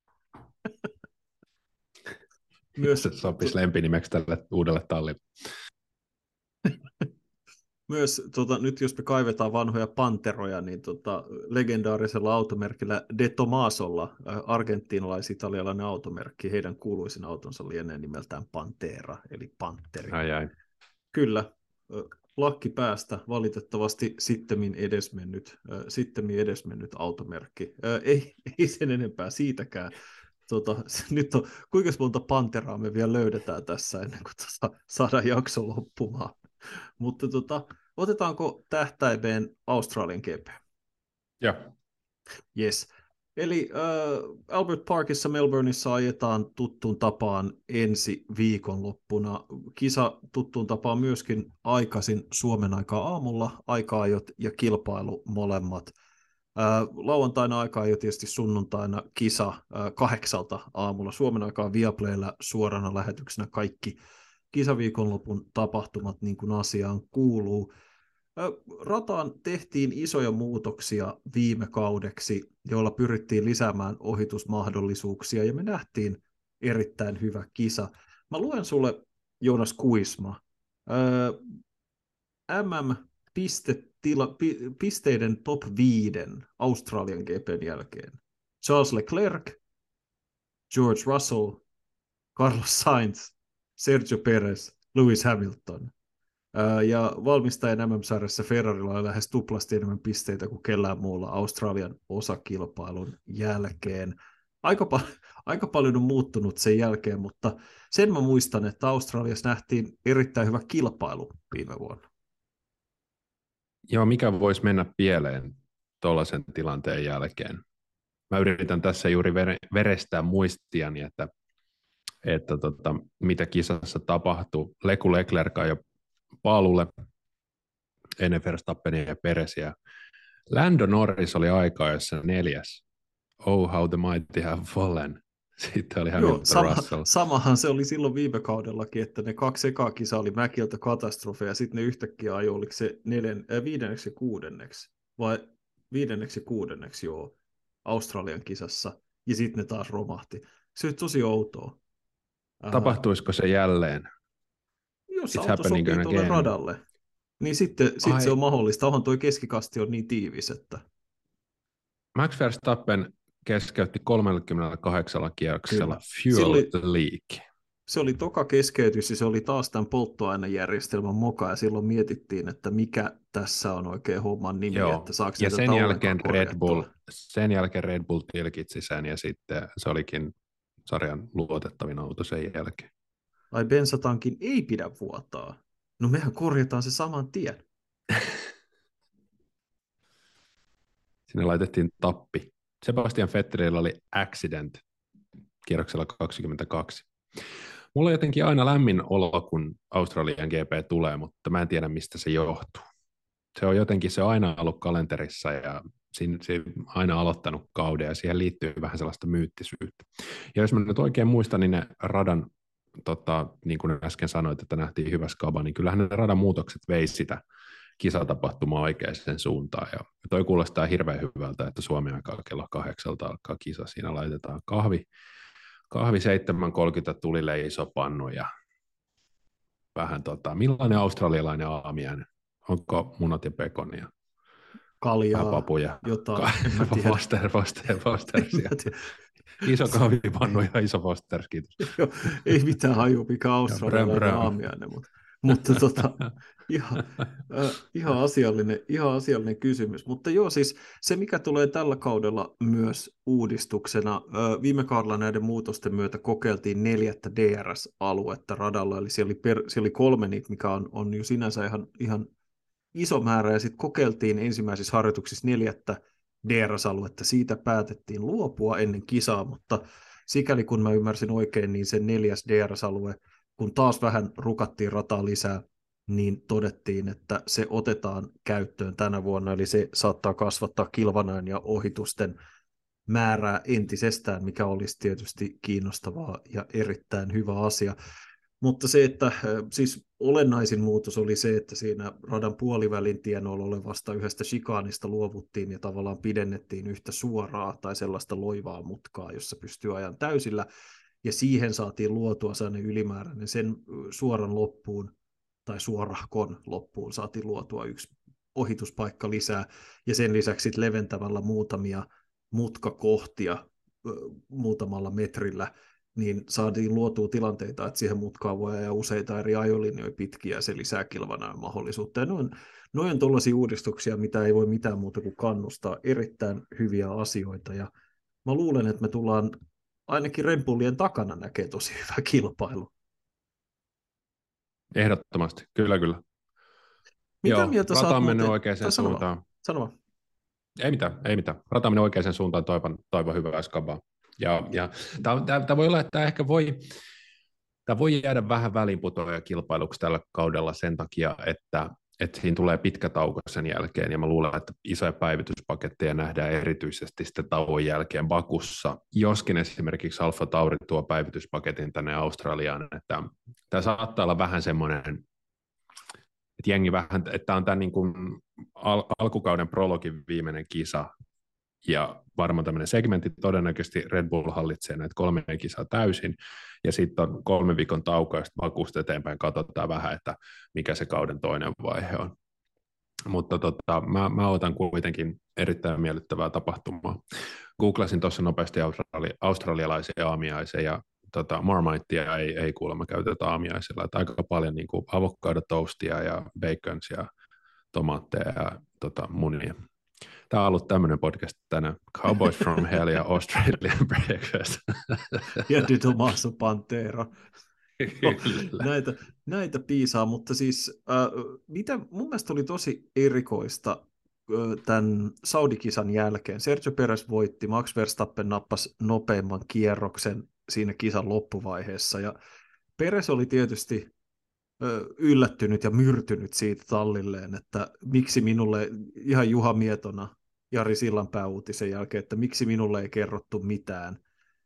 Myös se sopisi lempinimeksi tälle uudelle tallille. Myös tota, nyt jos me kaivetaan vanhoja panteroja, niin tota, legendaarisella automerkillä De Tomasolla, argentiinalais-italialainen automerkki, heidän kuuluisin autonsa lienee nimeltään Pantera, eli Panteri. Ai ai. Kyllä, lakki päästä, valitettavasti sittemmin edesmennyt, sittemmin edesmennyt automerkki. Ei, ei sen enempää siitäkään. Tota, nyt on, kuinka monta panteraa me vielä löydetään tässä ennen kuin tota, saadaan jakso loppumaan. Mutta tota, otetaanko tähtäimeen Australian G P? Joo. Yes. Eli äh, Albert Parkissa Melbourneissa ajetaan tuttuun tapaan ensi viikonloppuna. Kisa tuttuun tapaan myöskin aikaisin Suomen aikaa aamulla, aika-ajot ja kilpailu molemmat. Äh, lauantaina aikaa jo tietysti sunnuntaina kisa äh, kahdeksalta aamulla. Suomen aikaa Viaplaylla suorana lähetyksenä kaikki kisaviikonlopun tapahtumat niin kuin asiaan kuuluu. Rataan tehtiin isoja muutoksia viime kaudeksi, joilla pyrittiin lisäämään ohitusmahdollisuuksia, ja me nähtiin erittäin hyvä kisa. Mä luen sulle, Joonas Kuisma, M M-pisteiden top viiden Australian G P:n jälkeen. Charles Leclerc, George Russell, Carlos Sainz, Sergio Perez, Lewis Hamilton. Ja valmistajan M M-sarjassa Ferrarilla on lähes tuplasti enemmän pisteitä kuin kellään muulla Australian osakilpailun jälkeen. Aika, pa- aika paljon on muuttunut sen jälkeen, mutta sen mä muistan, että Australiassa nähtiin erittäin hyvä kilpailu viime vuonna. Joo, mikä voisi mennä pieleen tuollaisen tilanteen jälkeen? Mä yritän tässä juuri verestää muistiani, että, että tota, mitä kisassa tapahtuu. Leku Leclerc jo paalulle ennen Verstappenia ja Peresiä. Lando Norris oli aikaa, jossa neljäs. Oh, how the mighty have fallen. Sitten oli Hamilton. Joo, sama, Russell. Samahan se oli silloin viime kaudellakin, että ne kaksi ekaa kisaa oli Mäkiltä katastrofe, ja sitten ne yhtäkkiä ajoi, oliko se neljän, äh, viidenneksi ja kuudenneksi, vai viidenneksi ja kuudenneksi, joo, Australian kisassa, ja sitten ne taas romahti. Se oli tosi outoa. Tapahtuisiko se jälleen? Jos auto sopii tuolle radalle, niin sitten sit se on mahdollista. Onhan tuo keskikasti on niin tiivis, että... Max Verstappen keskeytti kolmekymmentäkahdeksan kierroksella Fuel oli, Leak. Se oli toka keskeytys, ja se oli taas tämän polttoainejärjestelmän moka, ja silloin mietittiin, että mikä tässä on oikein homman nimi, Joo. että saako ja sen jälkeen, Red Bull, sen jälkeen Red Bull tilkitsi sen, ja sitten se olikin sarjan luotettavin auto sen jälkeen. Ai bensatankin ei pidä vuotaa. No mehän korjataan se saman tien. Sinne laitettiin tappi. Sebastian Vettelillä oli accident kierroksella kaksikymmentäkaksi. Mulla on jotenkin aina lämmin olo, kun Australian G P tulee, mutta mä en tiedä, mistä se johtuu. Se on jotenkin, se on aina ollut kalenterissa ja siinä, se on aina aloittanut kauden ja siihen liittyy vähän sellaista myyttisyyttä. Ja jos mä nyt oikein muistan, niin ne radan, tota, niin kuin äsken sanoit, että nähtiin hyvä skaba, niin kyllähän ne radan muutokset vei sitä kisatapahtumaa oikeaan suuntaan. Ja toi kuulostaa hirveän hyvältä, että Suomen aikaa kello kahdeksalta alkaa kisa. Siinä laitetaan kahvi, kahvi seitsemän kolmekymmentä tulille iso pannu ja vähän tota, millainen australialainen aamiainen? Onko munat ja pekonia? Kaljaa, papuja, jotain. Ka- Foster, Foster, Foster. Iso kahvipannu ja iso Foster, kiitos. Ei mitään haju, mikä australialainen aamiainen, mutta, mutta tota, ihan, äh, ihan, asiallinen, ihan asiallinen kysymys. Mutta joo, siis se, mikä tulee tällä kaudella myös uudistuksena, äh, viime kaudella näiden muutosten myötä kokeiltiin neljättä D R S-aluetta radalla, eli siellä oli, per, siellä oli kolme niitä, mikä on, on jo sinänsä ihan, ihan iso määrä, ja sitten kokeiltiin ensimmäisissä harjoituksissa neljättä D R S-aluetta. Siitä päätettiin luopua ennen kisaa, mutta sikäli kun mä ymmärsin oikein, niin se neljäs D R S-alue, kun taas vähän rukattiin rataa lisää, niin todettiin, että se otetaan käyttöön tänä vuonna, eli se saattaa kasvattaa kilvanäön ja ohitusten määrää entisestään, mikä olisi tietysti kiinnostavaa ja erittäin hyvä asia. Mutta se, että siis olennaisin muutos oli se, että siinä radan puolivälin tienoilla olevasta yhdestä shikaanista luovuttiin ja tavallaan pidennettiin yhtä suoraa tai sellaista loivaa mutkaa, jossa pystyy ajan täysillä, ja siihen saatiin luotua sellainen ylimääräinen sen suoran loppuun tai suorahkon loppuun saatiin luotua yksi ohituspaikka lisää, ja sen lisäksi leventämällä muutamia mutkakohtia muutamalla metrillä, niin saatiin luotua tilanteita, että siihen mutkaan voi ajaa useita eri ajolinjoja pitkiä, ja se lisää kilvanäön mahdollisuutta. Ja noin, noin on tuollaisia uudistuksia, mitä ei voi mitään muuta kuin kannustaa, erittäin hyviä asioita, ja mä luulen, että me tullaan ainakin Red Bullien takana näkee tosi hyvä kilpailu. Ehdottomasti, kyllä kyllä. Mitä Joo, mieltä rata on mennyt muuten... oikeaan suuntaan. Sano vaan. Ei mitään, ei mitään. Rata on mennyt oikeaan suuntaan, toivon, toivon hyvää skabaa. Ja, ja tämä voi olla, että tämä ehkä voi, tämä voi jäädä vähän väliinputoaja kilpailuksi tällä kaudella sen takia, että, että siinä tulee pitkä tauko sen jälkeen, ja mä luulen, että isoja päivityspaketteja nähdään erityisesti sitten tauon jälkeen Bakussa, joskin esimerkiksi Alfa Tauri tuo päivityspaketin tänne Australiaan, että tämä saattaa olla vähän semmoinen, että jengi vähän, että tämä on tämä niin kuin al- alkukauden prologin viimeinen kisa, ja varmaan tämmöinen segmentti, todennäköisesti Red Bull hallitsee näitä kolme kisaa täysin, ja sitten on kolme viikon tauko, ja sitten vakuusta eteenpäin katsotaan vähän, että mikä se kauden toinen vaihe on. Mutta tota, mä, mä otan kuitenkin erittäin miellyttävää tapahtumaa. Googlasin tuossa nopeasti australi- australialaisia aamiaisia, ja tota, Marmitea ei, ei kuulemma käytetä aamiaisilla, että aika paljon niin kuin avokadotoastia ja bacons ja tomaatteja ja tota, munia. Tämä on ollut tämmöinen podcast tänään. Cowboys from Hell ja Australian Breakfast. Ja Di Tommaso Pantero. No, näitä, näitä piisaa, mutta siis äh, mitä mun mielestä oli tosi erikoista äh, tämän Saudi-kisan jälkeen. Sergio Perez voitti, Max Verstappen nappasi nopeimman kierroksen siinä kisan loppuvaiheessa, ja Perez oli tietysti äh, yllättynyt ja myrtynyt siitä tallilleen, että miksi minulle, ihan Juha Mietona Jari Sillanpää uutisen jälkeen, että miksi minulle ei kerrottu mitään.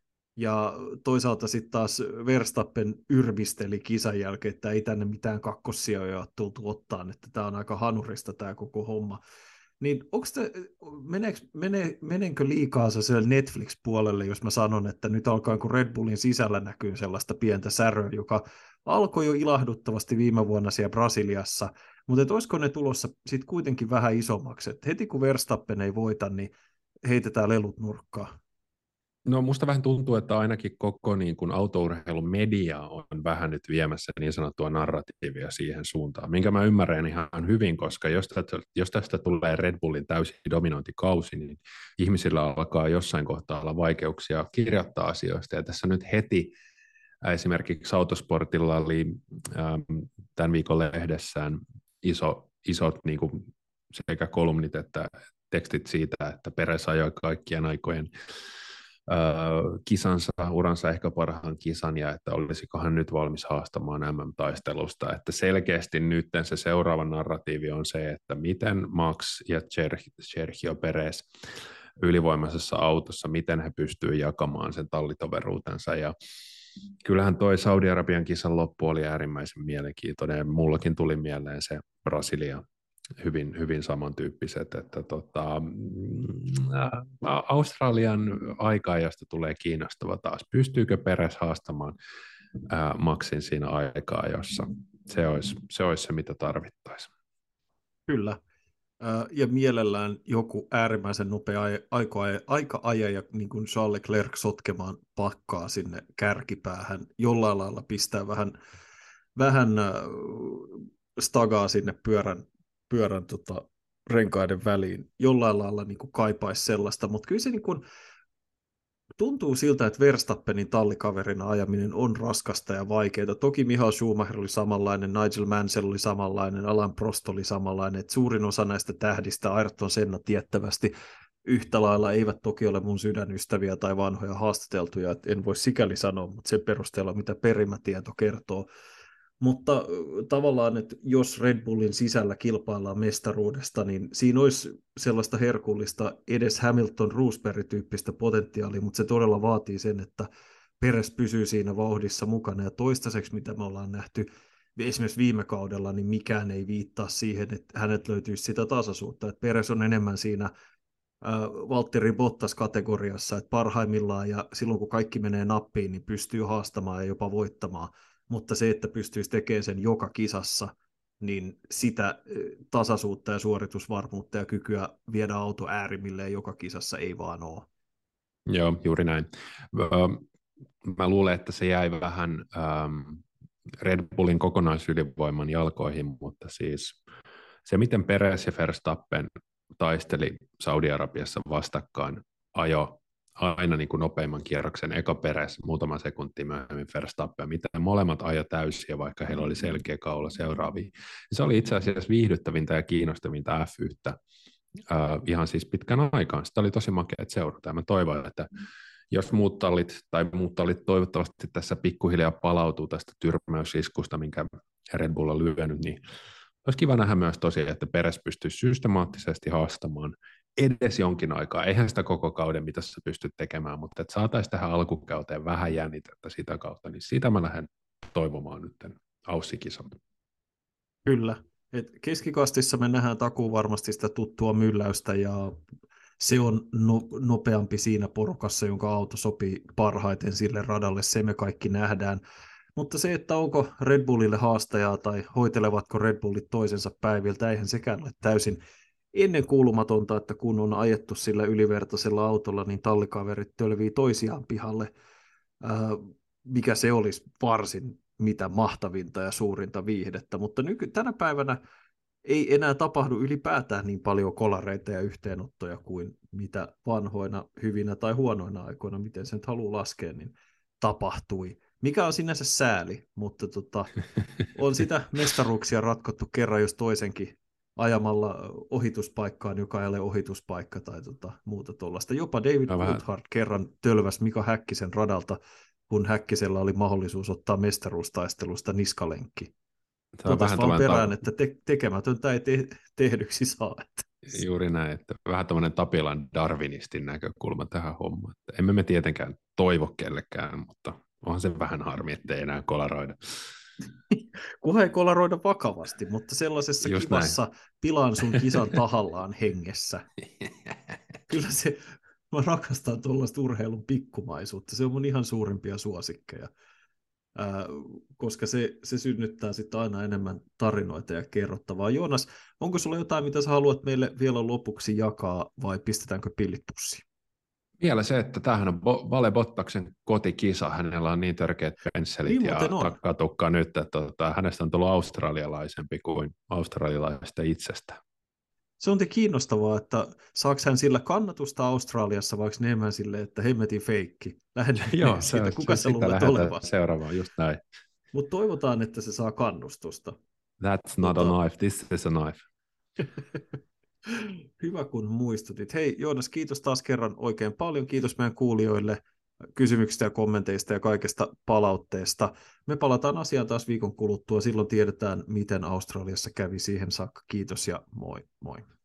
Ja toisaalta sitten taas Verstappen yrvisteli kisan jälkeen, että ei tänne mitään kakkossijoja ole tultu ottaan, että tämä on aika hanurista tämä koko homma. Niin onko te, meneekö, mene, menenkö liikaa se Netflix-puolelle, jos mä sanon, että nyt alkaa kun Red Bullin sisällä näkyy sellaista pientä säröä, joka alkoi jo ilahduttavasti viime vuonna siellä Brasiliassa, mutta olisiko ne tulossa sitten kuitenkin vähän isommaksi, että heti kun Verstappen ei voita, niin heitetään lelut nurkkaan. No musta vähän tuntuu, että ainakin koko niin kuin autourheilun media on vähän nyt viemässä niin sanottua narratiivia siihen suuntaan, minkä mä ymmärrän ihan hyvin, koska jos tästä, jos tästä tulee Red Bullin täysin dominointikausi, niin ihmisillä alkaa jossain kohtaa olla vaikeuksia kirjoittaa asioista, ja tässä nyt heti esimerkiksi Autosportilla oli ähm, tämän viikon lehdessään iso, isot niin kuin sekä kolumnit että tekstit siitä, että Perez ajoi kaikkien aikojen kisansa, uransa ehkä parhaan kisan, ja että olisikohan nyt valmis haastamaan M M-taistelusta. Että selkeästi nyt se seuraava narratiivi on se, että miten Max ja Sergio Perez ylivoimaisessa autossa, miten he pystyvät jakamaan sen tallitoveruutensa. Ja kyllähän toi Saudi-Arabian kisan loppu oli äärimmäisen mielenkiintoinen. Mullakin tuli mieleen se Brasilia. Hyvin, hyvin samantyyppiset, että tota, Australian aika-ajasta tulee kiinnostava taas. Pystyykö Perez haastamaan ää, Maxin siinä aika-ajossa? Se olisi, se olisi se, mitä tarvittaisiin. Kyllä. Ja mielellään joku äärimmäisen nopea aika-ajaja, niin kuin Charles Leclerc, sotkemaan pakkaa sinne kärkipäähän. Jollain lailla pistää vähän, vähän stagaa sinne pyörän pyörän tota, renkaiden väliin. Jollain lailla niin kuin kaipaisi sellaista, mutta kyllä se niin kuin tuntuu siltä, että Verstappenin tallikaverina ajaminen on raskasta ja vaikeaa. Toki Michael Schumacher oli samanlainen, Nigel Mansell oli samanlainen, Alain Prost oli samanlainen, että suurin osa näistä tähdistä, Ayrton Senna tiettävästi yhtä lailla, eivät toki ole mun sydänystäviä tai vanhoja haastateltuja, että en voi sikäli sanoa, mutta sen perusteella, mitä perimätieto kertoo. Mutta tavallaan, että jos Red Bullin sisällä kilpaillaan mestaruudesta, niin siinä olisi sellaista herkullista edes Hamilton-Roosberg-tyyppistä potentiaalia, mutta se todella vaatii sen, että Perez pysyy siinä vauhdissa mukana. Ja toistaiseksi, mitä me ollaan nähty esimerkiksi viime kaudella, niin mikään ei viittaa siihen, että hänet löytyisi sitä tasaisuutta. Että Perez on enemmän siinä äh, Valtteri Bottas-kategoriassa, että parhaimmillaan ja silloin kun kaikki menee nappiin, niin pystyy haastamaan ja jopa voittamaan. Mutta se, että pystyisi tekemään sen joka kisassa, niin sitä tasaisuutta ja suoritusvarmuutta ja kykyä viedä auto äärimmilleen joka kisassa ei vaan ole. Joo, juuri näin. Mä luulen, että se jäi vähän Red Bullin kokonaisylivoiman jalkoihin, mutta siis se, miten Perez ja Verstappen taisteli Saudi-Arabiassa vastakkain, ajo aina niin kuin nopeimman kierroksen, eka Perez, muutama sekunti myöhemmin Verstappen, mitä molemmat ajo täysiä, vaikka heillä oli selkeä kaula seuraaviin. Se oli itse asiassa viihdyttävintä ja kiinnostavinta F yksi, äh, ihan siis pitkän aikaan. Sitä oli tosi makeat seurata, ja mä toivon, että jos muut tallit, tai muut tallit toivottavasti tässä pikkuhiljaa palautuu tästä tyrmäysiskusta, minkä Red Bull on lyönyt, niin olisi kiva nähdä myös tosiaan, että Perez pystyisi systemaattisesti haastamaan edes jonkin aikaa. Eihän sitä koko kauden mitassa pysty tekemään, mutta että saataisiin tähän alkukauteen vähän jännitettä sitä kautta, niin sitä mä lähden toivomaan nyt Aussi-kisalta. Kyllä. Et keskikastissa me nähdään takuu varmasti sitä tuttua mylläystä, ja se on no, nopeampi siinä porukassa, jonka auto sopii parhaiten sille radalle, se me kaikki nähdään. Mutta se, että onko Red Bullille haastajaa tai hoitelevatko Red Bullit toisensa päiviltä, eihän sekään ole täysin ennenkuulumatonta, että kun on ajettu sillä ylivertaisella autolla, niin tallikaverit tölvii toisiaan pihalle, ää, mikä se olisi varsin mitä mahtavinta ja suurinta viihdettä, mutta nyky- tänä päivänä ei enää tapahdu ylipäätään niin paljon kolareita ja yhteenottoja kuin mitä vanhoina, hyvinä tai huonoina aikoina, miten sen nyt haluaa laskea, niin tapahtui. Mikä on sinänsä sääli, mutta tota, on sitä mestaruuksia ratkottu kerran jos toisenkin ajamalla ohituspaikkaan, joka ei ole ohituspaikka tai tota, muuta tuollaista. Jopa David Coulthard kerran tölväsi Mika Häkkisen radalta, kun Häkkisellä oli mahdollisuus ottaa mestaruustaistelusta niskalenkki. Totas vaan perään, ta- että te- tekemätöntä ei te- tehdyksi saa. Juuri näin, että vähän tämmöinen Tapilan darwinistin näkökulma tähän hommaan. Että emme me tietenkään toivo kellekään, mutta onhan se vähän harmi, ettei enää kolaroida. Kunhan ei kolaroida vakavasti, mutta sellaisessa Just kivassa näin. pilaan sun kisan tahallaan hengessä. Kyllä se, mä rakastan tuollaista urheilun pikkumaisuutta. Se on mun ihan suurimpia suosikkeja. Ää, koska se, se synnyttää sitten aina enemmän tarinoita ja kerrottavaa. Joonas, onko sulla jotain, mitä sä haluat meille vielä lopuksi jakaa, vai pistetäänkö pillit pussiin? Vielä se, että tämähän on Bo- Vale Bottaksen kotikisa. Hänellä on niin törkeät pensselit Niin ja muuten on. takatukka nyt, että tota, hänestä on tullut australialaisempi kuin australialaista itsestä. Se on te kiinnostavaa, että saako hän sillä kannatusta Australiassa, vaikka enemmän sille, että hemmetin feikki. Lähdetään Joo, siitä, se, kuka se, sä luulet lähdetään olevan. seuraavaan, just näin. Mutta toivotaan, että se saa kannustusta. That's not Mutta... a knife, this is a knife. Hyvä, kun muistutit. Hei Joonas, kiitos taas kerran oikein paljon. Kiitos meidän kuulijoille kysymyksistä ja kommenteista ja kaikesta palautteesta. Me palataan asiaan taas viikon kuluttua. Silloin tiedetään, miten Australiassa kävi siihen saakka. Kiitos ja moi moi.